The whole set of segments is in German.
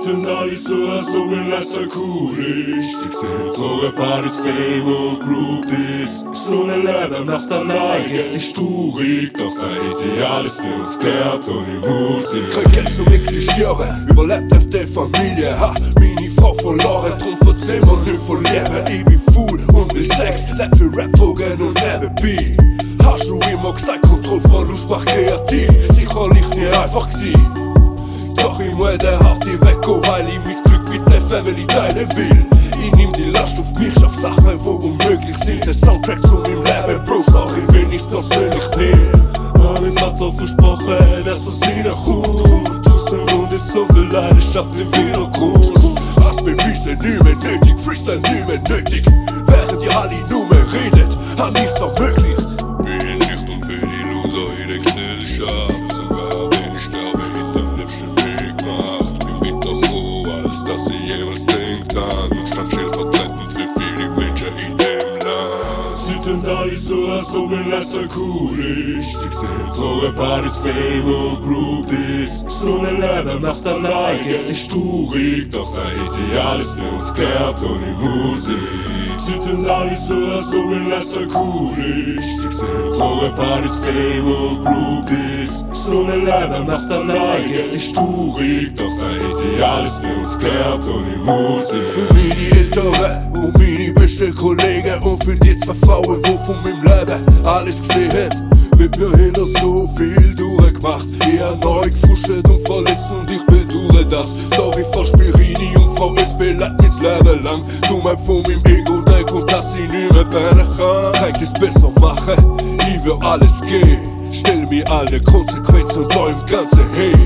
tun alle so, als ob es cool ist. Sie sehen Drogenpartys, Fame und Groupies. So ein Leben macht allein, es ist traurig. Doch ein Ideal ist für uns gelehrt ohne Musik. Kein Geld zum Existieren, überlebt die Familie. Ha, meine Frau verloren, drum verzeih mir nicht von Leben. Ich bin faul und will Sex, leb für Rap, Drogen und nebenbei. Hast du immer gesagt, Kontrollverlust macht kreativ. Sicherlich nie einfach gewesen. Doch ich muss den Hart weggehen, weil ich mein Glück mit der Family teilen will. Ich nehm die Last auf mich, schaff Sachen, wo unmöglich sind. Der Soundtrack zu meinem Leben, Bro, sag ich, wenn ich's persönlich nehm. Mein Vater versprochen, dass es reinkommt. Draussen wohnt ist so viel Leidenschaft im Hintergrund. Als Beweise nicht mehr nötig, Freestyle nicht mehr nötig. Während ihr alle nur mehr redet, hab ich's ermöglicht. Bin nicht und für die Loser in der Gesellschaft. Sogar wenn ich sterbe, hätte am liebsten mitgemacht. Bin wieder froh, als dass ich jemals denkt an. Und stand stellvertretend für viele Menschen in dem Land. Sie tun alle so, als ob es cool ist. Sie sehen Drogenpartys, Fame und Groupies. So ein Leben macht allein, es ist traurig. Doch ein Ideal ist für uns gelehrt ohne Musik. Sie tun alle so, als ob es cool ist. Sie sehen Drogenpartys, Fame und Groupies. So ein Leben macht allein, es ist traurig. Doch ein Ideal ist für uns gelehrt ohne Musik. Für meine Eltern und meine besten Kollegen und für die zwei Frauen, die von meinem Leben alles gesehen haben. Mit mir hat er so viel durchgemacht. Ich hab neu gefrustet und verletzt und ich bedauere das. Sorry für Spirini und VSB, leid mein Leben lang. Du meinst von meinem Ego denk und dass ich nicht mehr pennen kann. Kann ich es besser machen, ich will alles geben. Stell mir alle Konsequenzen und im ganzen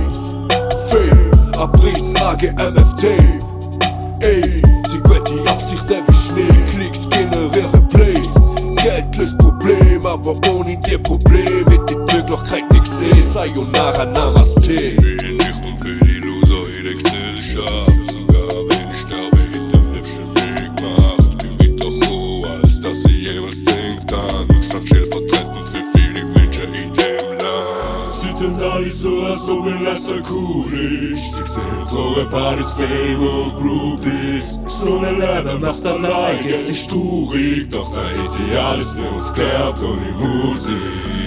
Hate. Fail, Abriss, AGMFT. Ey, sie geht die Absicht wie Schnee. Klicks generieren Plays. Geld löst Problem, aber ohne dir Problem wird die Möglichkeit nicht sehen. Sayonara, Namaste. Bin nicht und für die Loser in der Gesellschaft. Sogar wenn ich sterbe, hätte am liebsten mitgemacht. Bin wieder froh, als dass ich jemals denkt an. Und stand stellvertretend für viele Menschen in dem Land. Sie tun alle so, als ob es cool ist. Sie sehen Drogenpartys, Fame und Groupies. So ein Leben macht allein, es ist traurig. Doch ein Ideal ist für uns gelehrt ohne Musik.